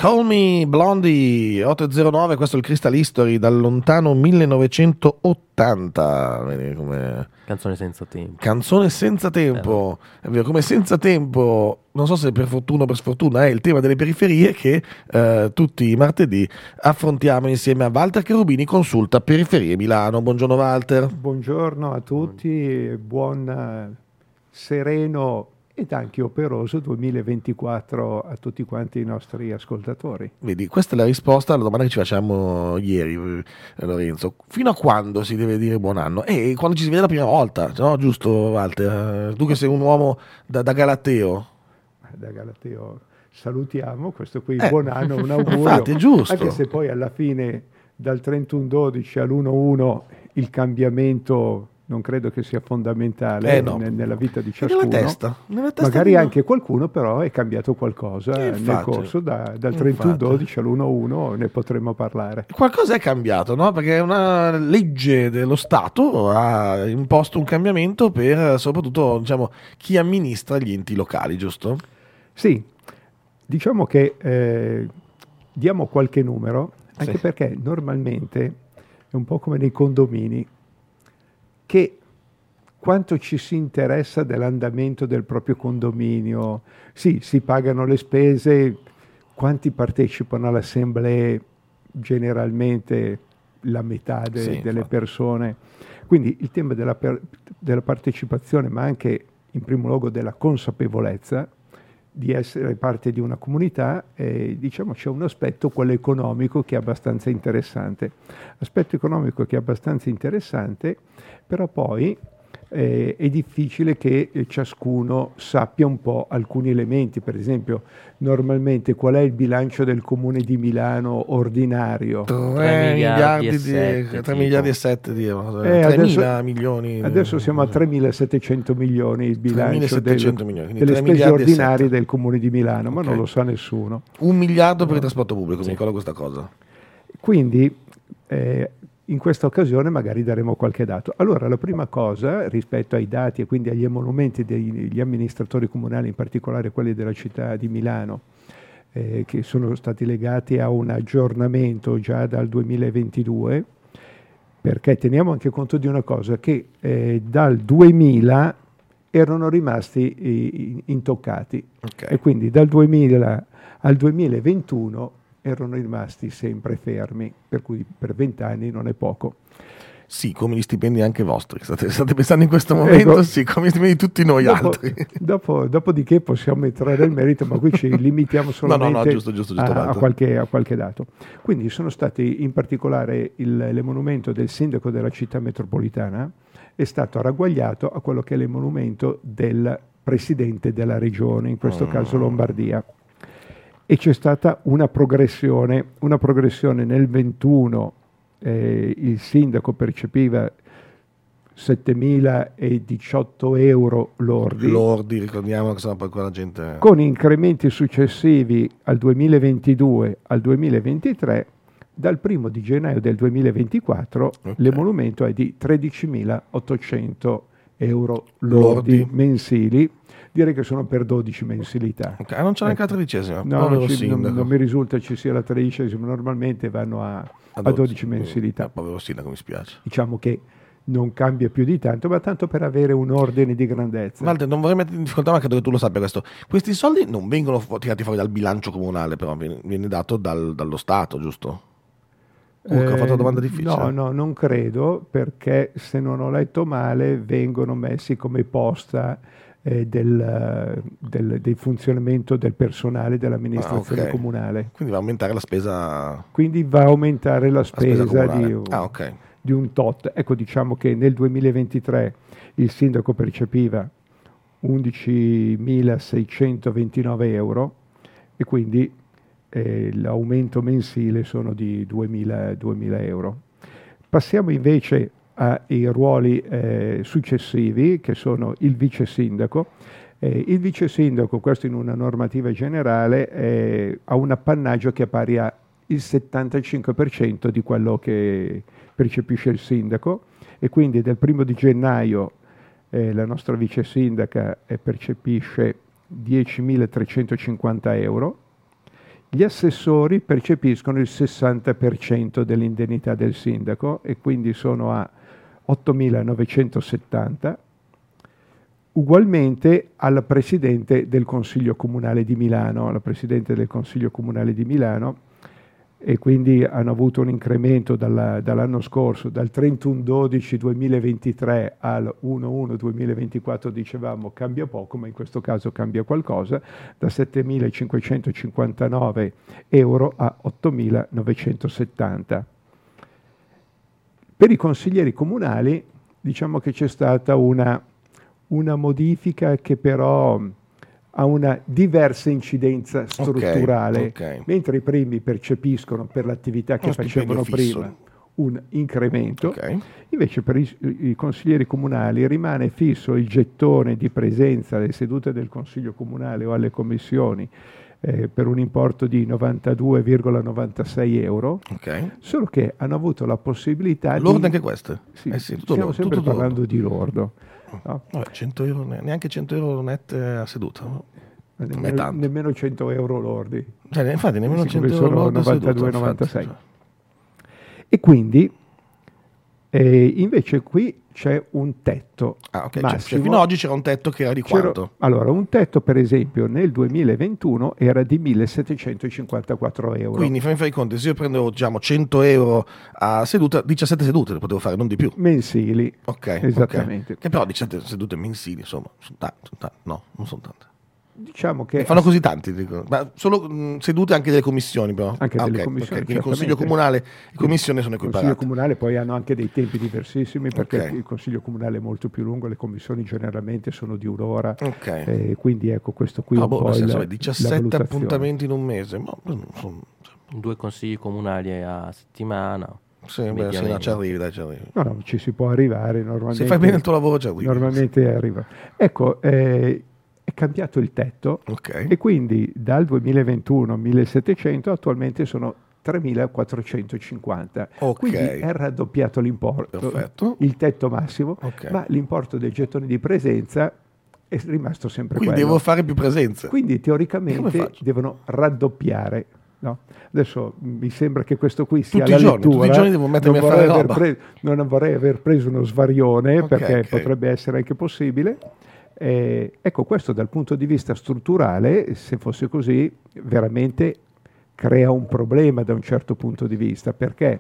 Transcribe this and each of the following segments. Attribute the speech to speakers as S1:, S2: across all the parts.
S1: Call Me Blondie 809, questo è il Crystal History dal lontano 1980. Vedi come...
S2: Canzone senza tempo.
S1: Canzone senza tempo, è vero, come senza tempo, non so se per fortuna o per sfortuna, è il tema delle periferie che tutti i martedì affrontiamo insieme a Walter Cherubini, consulta Periferie Milano. Buongiorno Walter.
S3: Buongiorno a tutti, buon sereno ed anche operoso 2024 a tutti quanti i nostri ascoltatori.
S1: Vedi, questa è la risposta alla domanda che ci facciamo ieri, Lorenzo. Fino a quando si deve dire buon anno? Quando ci si vede la prima volta, no? Giusto, Walter? Tu che sei un uomo da Galateo.
S3: Da Galateo salutiamo, questo qui buon anno, un augurio.
S1: Infatti, è giusto.
S3: Anche se poi alla fine dal 31-12 all'1-1 il cambiamento non credo che sia fondamentale nella vita di ciascuno.
S1: Nella testa
S3: magari anche qualcuno però è cambiato qualcosa nel corso dal 31-12 all'1-1, ne potremo parlare.
S1: Qualcosa è cambiato, no? Perché una legge dello Stato ha imposto un cambiamento per soprattutto, diciamo, chi amministra gli enti locali, giusto?
S3: Sì, diciamo che diamo qualche numero, anche perché normalmente è un po' come nei condomini, che quanto ci si interessa dell'andamento del proprio condominio. Sì, si pagano le spese, quanti partecipano alle assemblee, generalmente la metà delle persone. Quindi il tema della partecipazione, ma anche in primo luogo della consapevolezza di essere parte di una comunità, diciamo c'è un aspetto, quello economico, che è abbastanza interessante. Aspetto economico che è abbastanza interessante, però poi è difficile che ciascuno sappia un po' alcuni elementi. Per esempio, normalmente qual è il bilancio del comune di Milano ordinario?
S1: 3 miliardi e 7 di euro, 3.000 milioni.
S3: Adesso siamo a 3.700 milioni il bilancio delle spese
S1: miliardi
S3: ordinarie del comune di Milano, ma non lo sa nessuno.
S1: 1 miliardo per il trasporto pubblico, mi ricordo questa cosa.
S3: Quindi in questa occasione magari daremo qualche dato. Allora, la prima cosa rispetto ai dati e quindi agli emolumenti degli amministratori comunali, in particolare quelli della città di Milano, che sono stati legati a un aggiornamento già dal 2022, perché teniamo anche conto di una cosa, che dal 2000 erano rimasti intoccati, e quindi dal 2000 al 2021 erano rimasti sempre fermi, per cui per 20 anni non è poco.
S1: Sì, come gli stipendi anche vostri, state pensando in questo momento, sì, come gli stipendi di tutti noi altri.
S3: Dopodiché possiamo entrare nel merito, ma qui ci limitiamo solamente
S1: giusto,
S3: a qualche dato. Quindi sono stati, in particolare l'emolumento del sindaco della città metropolitana è stato ragguagliato a quello che è l'emolumento del presidente della regione, in questo caso Lombardia. E c'è stata una progressione nel 21. Il sindaco percepiva 7.018 euro lordi,
S1: ricordiamo che sono poi quella gente,
S3: con incrementi successivi al 2022 al 2023. Dal 1 di gennaio del 2024 l'emolumento è di 13.800 euro lordi mensili. Direi che sono per 12 mensilità.
S1: Non c'è neanche la 13ª.
S3: No, non mi risulta ci sia la 13ª, normalmente vanno a 12 mensilità.
S1: Povero sindaco, mi spiace.
S3: Diciamo che non cambia più di tanto, ma tanto per avere un ordine di grandezza.
S1: Walter, non vorrei mettere in difficoltà, ma credo che tu lo sappia questo. Questi soldi non vengono tirati fuori dal bilancio comunale, però viene dato dallo Stato, giusto? Ho fatto una domanda difficile.
S3: No, non credo, perché se non ho letto male vengono messi come posta del funzionamento del personale dell'amministrazione comunale.
S1: Quindi va a aumentare la spesa.
S3: Quindi va a aumentare la spesa di un tot. Ecco, diciamo che nel 2023 il sindaco percepiva 11.629 euro e quindi l'aumento mensile sono di 2.000 euro. Passiamo invece ai ruoli successivi, che sono il vice sindaco. Il vice sindaco, questo in una normativa generale, ha un appannaggio che è pari al 75% di quello che percepisce il sindaco, e quindi dal 1 di gennaio la nostra vice sindaca percepisce 10.350 euro. Gli assessori percepiscono il 60% dell'indennità del sindaco e quindi sono a 8.970, ugualmente alla Presidente del Consiglio Comunale di Milano, e quindi hanno avuto un incremento dall'anno scorso, dal 31/12/2023 al 1/1/2024, dicevamo cambia poco, ma in questo caso cambia qualcosa, da 7.559 euro a 8.970. Per i consiglieri comunali diciamo che c'è stata una modifica che però ha una diversa incidenza strutturale,
S1: ok.
S3: mentre i primi percepiscono per l'attività che facevano prima un incremento, invece per i consiglieri comunali rimane fisso il gettone di presenza alle sedute del Consiglio Comunale o alle commissioni per un importo di 92,96 euro, solo che hanno avuto la possibilità
S1: lordo anche queste?
S3: Sì, stiamo sempre parlando di lordo.
S1: No? Vabbè, 100 euro, neanche 100 euro net a seduta, no?
S3: Nemmeno 100 euro lordi.
S1: Cioè, infatti nemmeno 100 euro lordi a seduta.
S3: 92,96. E quindi invece qui c'è un tetto massimo.
S1: Cioè, fino ad oggi c'era un tetto che era di quanto?
S3: Allora, un tetto per esempio nel 2021 era di 1.754 euro.
S1: Quindi fammi fare i conti, se io prendevo 100 euro a seduta, 17 sedute le potevo fare, non di più.
S3: Mensili.
S1: Esattamente. Che però 17 sedute mensili, insomma, sono tante. No, non sono tante.
S3: Diciamo che
S1: fanno così tanti, dico. Ma solo sedute anche delle commissioni, però.
S3: Anche delle commissioni.
S1: Quindi il Consiglio Comunale e Commissione sono equiparati.
S3: Il Consiglio Comunale poi hanno anche dei tempi diversissimi, perché il Consiglio Comunale è molto più lungo, le commissioni generalmente sono di un'ora. Quindi ecco, questo qui è un po'
S1: 17 appuntamenti in un mese. Ma sono
S2: 2 consigli comunali a settimana.
S1: Sì, no, ci arrivi.
S3: No, ci si può arrivare normalmente.
S1: Se fai bene il tuo lavoro ci arrivi.
S3: Normalmente arriva. Ecco, è cambiato il tetto e quindi dal 2021 1.700 attualmente sono 3.450. Quindi è raddoppiato l'importo.
S1: Perfetto.
S3: Il tetto massimo, ma l'importo del gettone di presenza è rimasto sempre quello.
S1: Quindi devo fare più presenze.
S3: Quindi teoricamente devono raddoppiare. No? Adesso mi sembra che questo qui sia la lettura.
S1: Tutti i giorni devo mettermi a fare roba.
S3: Non vorrei aver preso uno svarione, perché potrebbe essere anche possibile. Ecco, questo dal punto di vista strutturale, se fosse così, veramente crea un problema da un certo punto di vista, perché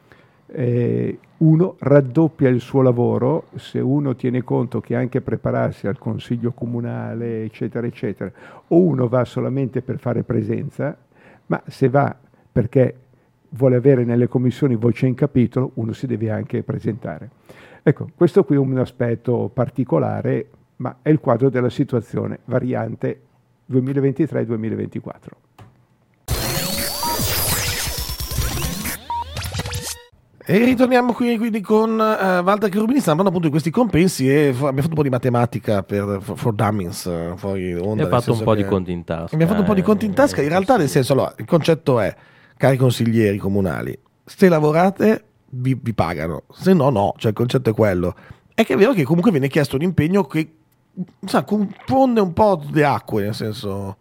S3: uno raddoppia il suo lavoro se uno tiene conto che anche prepararsi al consiglio comunale, eccetera, eccetera, o uno va solamente per fare presenza, ma se va perché vuole avere nelle commissioni voce in capitolo, uno si deve anche presentare. Ecco, questo qui è un aspetto particolare, ma è il quadro della situazione variante 2023-2024.
S1: E ritorniamo qui quindi con Walter Cherubini. Stiamo parlando appunto di questi compensi e abbiamo fatto un po' di matematica for dummies, fuori onda.
S2: E ha fatto un po' di conti in tasca.
S1: Abbiamo fatto un po' di conti in tasca. In realtà, nel senso, allora, il concetto è, cari consiglieri comunali, se lavorate vi pagano, se no no, cioè il concetto è quello. È che è vero che comunque viene chiesto un impegno che confonde un po' le acque, nel senso...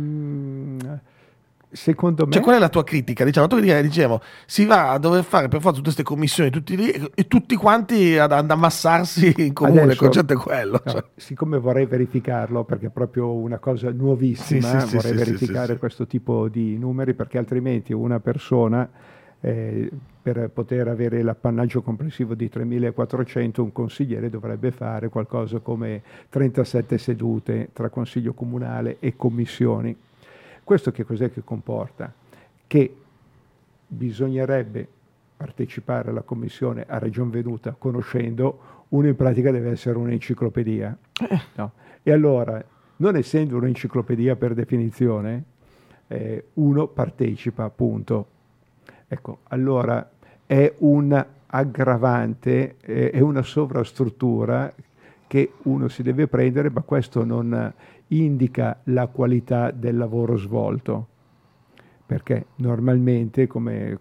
S3: Secondo me...
S1: Cioè, qual è la tua critica? Diciamo, si va a dover fare per forza tutte queste commissioni tutti lì, e tutti quanti ad ammassarsi in comune. Adesso, il concetto è quello.
S3: No, siccome vorrei verificarlo, perché è proprio una cosa nuovissima, vorrei verificare questo tipo di numeri, perché altrimenti una persona... per poter avere l'appannaggio complessivo di 3.400, un consigliere dovrebbe fare qualcosa come 37 sedute tra consiglio comunale e commissioni. Questo che cos'è che comporta? Che bisognerebbe partecipare alla commissione a region venuta conoscendo, uno in pratica deve essere un'enciclopedia. No? E allora, non essendo un'enciclopedia per definizione, uno partecipa, appunto. Ecco, allora è un aggravante, è una sovrastruttura che uno si deve prendere, ma questo non indica la qualità del lavoro svolto, perché normalmente, come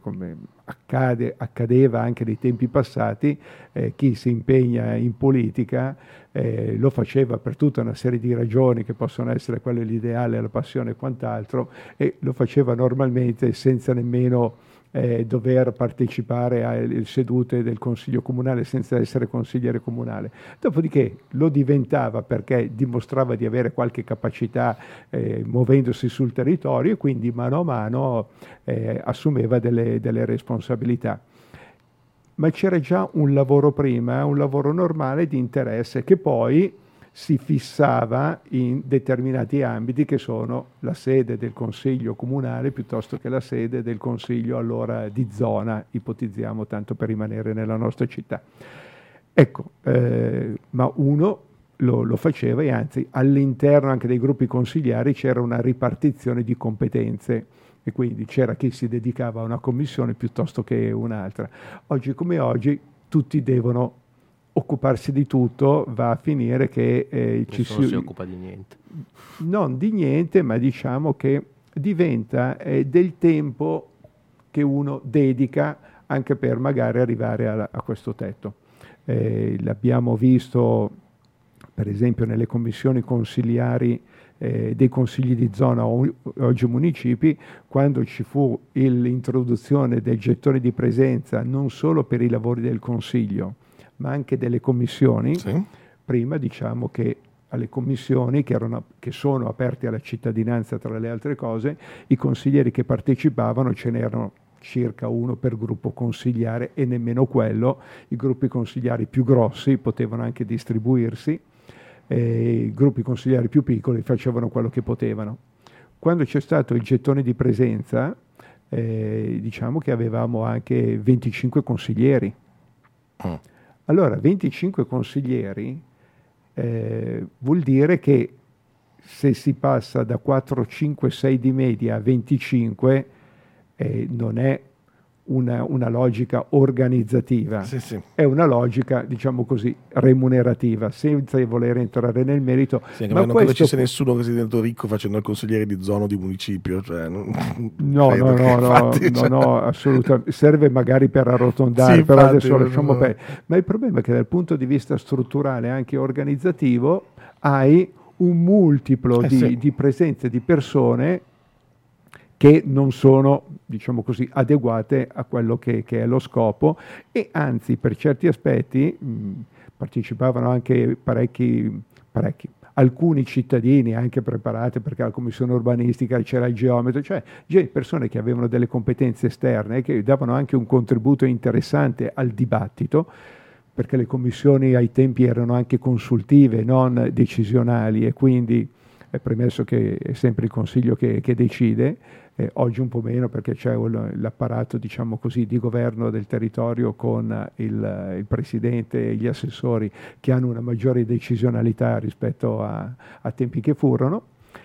S3: accadeva anche nei tempi passati, chi si impegna in politica lo faceva per tutta una serie di ragioni che possono essere quelle dell'ideale, la passione e quant'altro, e lo faceva normalmente senza nemmeno dover partecipare alle sedute del Consiglio Comunale, senza essere consigliere comunale. Dopodiché lo diventava perché dimostrava di avere qualche capacità muovendosi sul territorio, e quindi mano a mano assumeva delle responsabilità. Ma c'era già un lavoro prima, un lavoro normale di interesse, che poi si fissava in determinati ambiti, che sono la sede del Consiglio Comunale piuttosto che la sede del Consiglio allora di zona, ipotizziamo, tanto per rimanere nella nostra città. Ecco, ma uno lo faceva, e anzi all'interno anche dei gruppi consigliari c'era una ripartizione di competenze, e quindi c'era chi si dedicava a una commissione piuttosto che un'altra. Oggi come oggi tutti devono occuparsi di tutto, va a finire che
S2: nessuno si occupa di niente.
S3: Non di niente, ma diciamo che diventa del tempo che uno dedica anche per magari arrivare a questo tetto. L'abbiamo visto per esempio nelle commissioni consigliari dei consigli di zona, oggi municipi, quando ci fu l'introduzione del gettone di presenza non solo per i lavori del consiglio ma anche delle commissioni.
S1: Sì.
S3: Prima diciamo che alle commissioni che sono aperte alla cittadinanza, tra le altre cose, i consiglieri che partecipavano ce n'erano circa uno per gruppo consigliare, e nemmeno quello. I gruppi consigliari più grossi potevano anche distribuirsi, e i gruppi consigliari più piccoli facevano quello che potevano. Quando c'è stato il gettone di presenza, diciamo che avevamo anche 25 consiglieri. Allora, 25 consiglieri vuol dire che se si passa da 4, 5, 6 di media a 25 non è una logica organizzativa,
S1: Sì.
S3: è una logica, diciamo così, remunerativa, senza voler entrare nel merito.
S1: Sì, ma non credo ci sia nessuno che sia diventato ricco facendo il consigliere di zona o di municipio. Cioè,
S3: no, assolutamente. Serve magari per arrotondare,
S1: sì,
S3: però
S1: infatti,
S3: adesso lasciamo perdere. Ma il problema è che dal punto di vista strutturale, anche organizzativo, hai un multiplo di presenze di persone che non sono, diciamo così, adeguate a quello che è lo scopo, e anzi per certi aspetti partecipavano anche parecchi, alcuni cittadini anche preparati, perché alla commissione urbanistica c'era il geometra, cioè persone che avevano delle competenze esterne e che davano anche un contributo interessante al dibattito, perché le commissioni ai tempi erano anche consultive, non decisionali, e quindi è premesso che è sempre il Consiglio che decide. Oggi un po' meno, perché c'è l'apparato, diciamo così, di governo del territorio con il presidente e gli assessori che hanno una maggiore decisionalità rispetto a tempi che furono.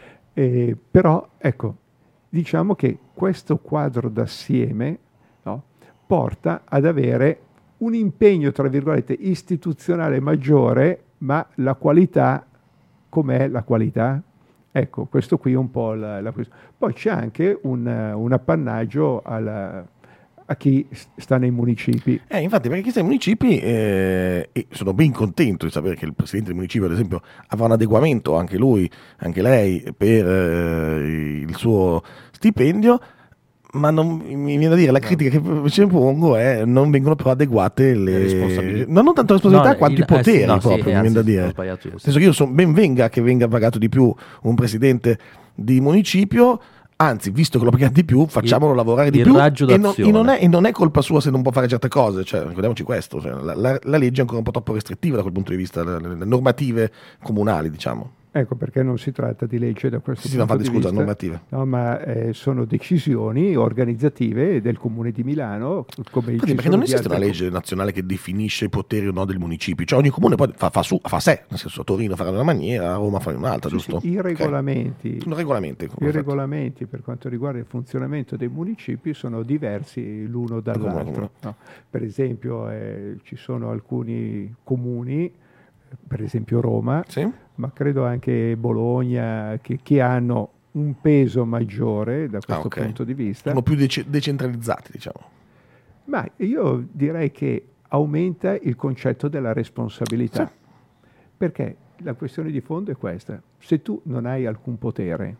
S3: Però ecco, diciamo che questo quadro d'assieme, no, porta ad avere un impegno, tra virgolette, istituzionale maggiore, ma la qualità, com'è la qualità? Ecco, questo qui è un po' la questione. Poi c'è anche un appannaggio a chi sta nei municipi.
S1: Infatti, perché chi sta nei municipi, e sono ben contento di sapere che il presidente del municipio, ad esempio, avrà un adeguamento, anche lui, anche lei, per il suo stipendio, ma mi viene da dire, la critica che ci pongo è non vengono però adeguate le responsabilità, non tanto le responsabilità quanto i poteri proprio, mi viene da dire. Nel senso che io ben venga che venga pagato di più un presidente di municipio, anzi, visto che lo pagano di più, facciamolo lavorare di più, e non è colpa sua se non può fare certe cose, cioè, ricordiamoci questo, cioè, la legge è ancora un po' troppo restrittiva da quel punto di vista, le normative comunali, diciamo.
S3: Ecco perché non si tratta di legge da questo punto di vista.
S1: Normative.
S3: No, ma sono decisioni organizzative del Comune di Milano.
S1: Perché non esiste una legge nazionale che definisce i poteri o no del municipio, cioè ogni comune poi fa sé, nel senso Torino fa in una maniera, Roma fa in un'altra, giusto?
S3: Sì, i regolamenti,
S1: i
S3: regolamenti per quanto riguarda il funzionamento dei municipi sono diversi l'uno dall'altro. No? Per esempio ci sono alcuni comuni, per esempio Roma,
S1: sì,
S3: ma credo anche Bologna, che hanno un peso maggiore da questo punto di vista.
S1: Sono più decentralizzati, diciamo.
S3: Ma io direi che aumenta il concetto della responsabilità. Sì. Perché la questione di fondo è questa: se tu non hai alcun potere,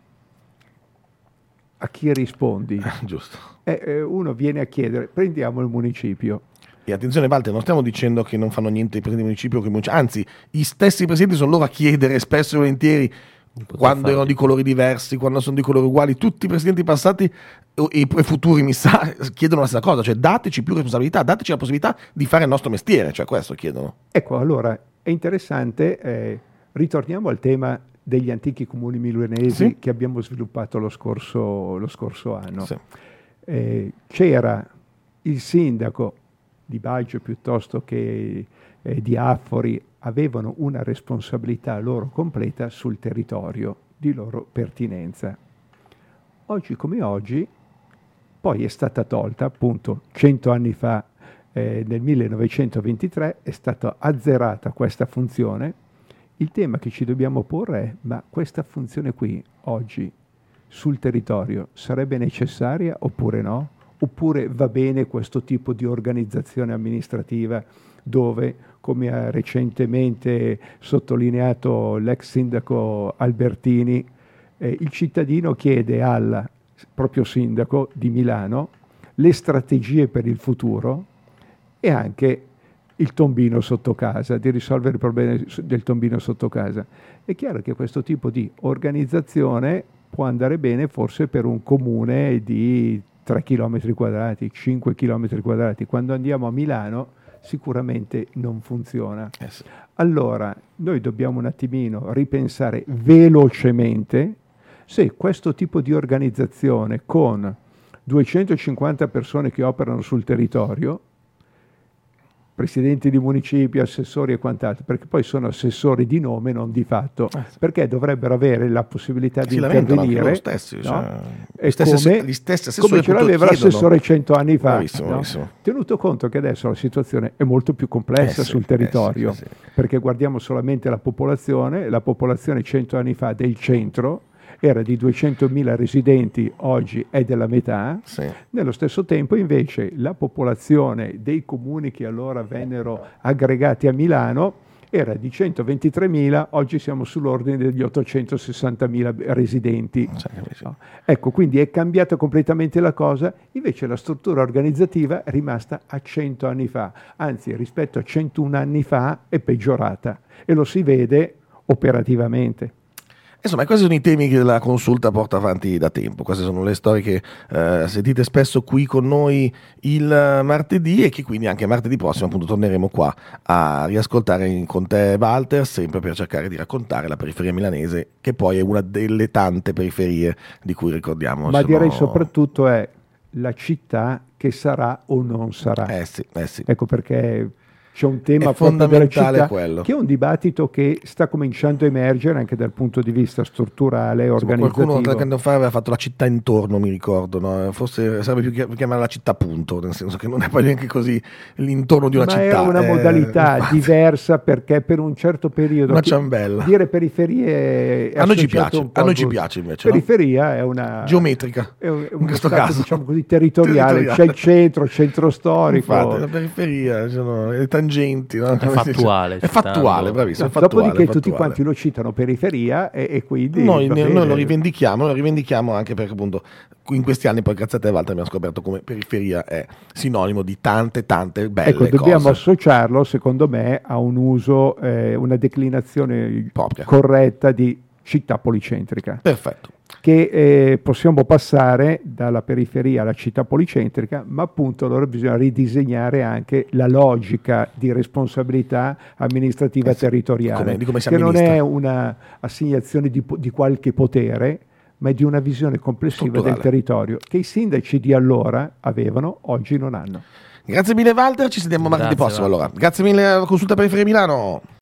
S3: a chi rispondi?
S1: Giusto.
S3: Uno viene a chiedere, prendiamo il municipio.
S1: E attenzione Walter, non stiamo dicendo che non fanno niente i presidenti di municipio, anzi i stessi presidenti sono loro a chiedere spesso e volentieri, quando erano di colori diversi, quando sono di colori uguali, tutti i presidenti passati e futuri mi sa chiedono la stessa cosa, cioè dateci più responsabilità, dateci la possibilità di fare il nostro mestiere, cioè questo chiedono.
S3: Ecco, allora è interessante, ritorniamo al tema degli antichi comuni milanesi che abbiamo sviluppato lo scorso anno. Sì. C'era il sindaco di Baggio piuttosto che di Affori, avevano una responsabilità loro completa sul territorio di loro pertinenza. Oggi come oggi, poi è stata tolta, appunto 100 anni fa, nel 1923, è stata azzerata questa funzione. Il tema che ci dobbiamo porre è: ma questa funzione qui, oggi, sul territorio, sarebbe necessaria oppure no? Oppure va bene questo tipo di organizzazione amministrativa dove, come ha recentemente sottolineato l'ex sindaco Albertini, il cittadino chiede al proprio sindaco di Milano le strategie per il futuro e anche il tombino sotto casa, di risolvere i problemi del tombino sotto casa. È chiaro che questo tipo di organizzazione può andare bene forse per un comune di 3 km quadrati, 5 km quadrati. Quando andiamo a Milano sicuramente non funziona. Sì. Allora noi dobbiamo un attimino ripensare velocemente se questo tipo di organizzazione con 250 persone che operano sul territorio, presidenti di municipi, assessori e quant'altro, perché poi sono assessori di nome, non di fatto, perché dovrebbero avere la possibilità di intervenire. Loro stessi,
S1: no?
S3: Cioè,
S1: gli stessi assessori
S3: come ce l'aveva l'assessore 100 anni fa.
S1: Bravissimo,
S3: no?
S1: bravissimo.
S3: Tenuto conto che adesso la situazione è molto più complessa sul territorio, perché guardiamo solamente la popolazione 100 anni fa del centro era di 200.000 residenti, oggi è della metà. Sì. Nello stesso tempo invece la popolazione dei comuni che allora vennero aggregati a Milano era di 123.000, oggi siamo sull'ordine degli 860.000 residenti. No? Ecco, quindi è cambiata completamente la cosa, invece la struttura organizzativa è rimasta a 100 anni fa, anzi rispetto a 101 anni fa è peggiorata e lo si vede operativamente.
S1: Insomma, questi sono i temi che la consulta porta avanti da tempo, queste sono le storie che sentite spesso qui con noi il martedì e che quindi anche martedì prossimo appunto torneremo qua a riascoltare con te Walter, sempre per cercare di raccontare la periferia milanese, che poi è una delle tante periferie di cui ricordiamo.
S3: Ma direi soprattutto è la città che sarà o non sarà.
S1: Sì.
S3: Ecco perché c'è un tema fondamentale, quello che è un dibattito che sta cominciando a emergere anche dal punto di vista strutturale e organizzativo.
S1: Qualcuno qualche anno fa aveva fatto la città intorno, mi ricordo, no? Forse sarebbe più chiamare la città punto, nel senso che non è poi neanche così l'intorno di una città. Ma
S3: era una modalità diversa, perché per un certo periodo
S1: una ciambella.
S3: Dire periferie
S1: a noi ci piace invece.
S3: Periferia, no? È una
S1: geometrica,
S3: è un
S1: in questo
S3: stato,
S1: caso
S3: diciamo così, territoriale. C'è il centro storico.
S1: Infatti, la periferia sono le tangenti, no?
S2: È fattuale,
S1: bravissimo.
S3: No, dopodiché tutti quanti lo citano periferia e quindi
S1: noi lo rivendichiamo anche perché appunto in questi anni poi grazie a te Walter abbiamo scoperto come periferia è sinonimo di tante belle cose.
S3: Dobbiamo associarlo secondo me a un uso, una declinazione
S1: propria,
S3: corretta di città policentrica.
S1: Perfetto.
S3: Che possiamo passare dalla periferia alla città policentrica, ma appunto allora bisogna ridisegnare anche la logica di responsabilità amministrativa territoriale, che non è una assegnazione di qualche potere, ma è di una visione complessiva del territorio che i sindaci di allora avevano, oggi non hanno.
S1: Grazie mille Walter, ci sentiamo martedì prossimo allora. Grazie mille alla Consulta Periferia Milano.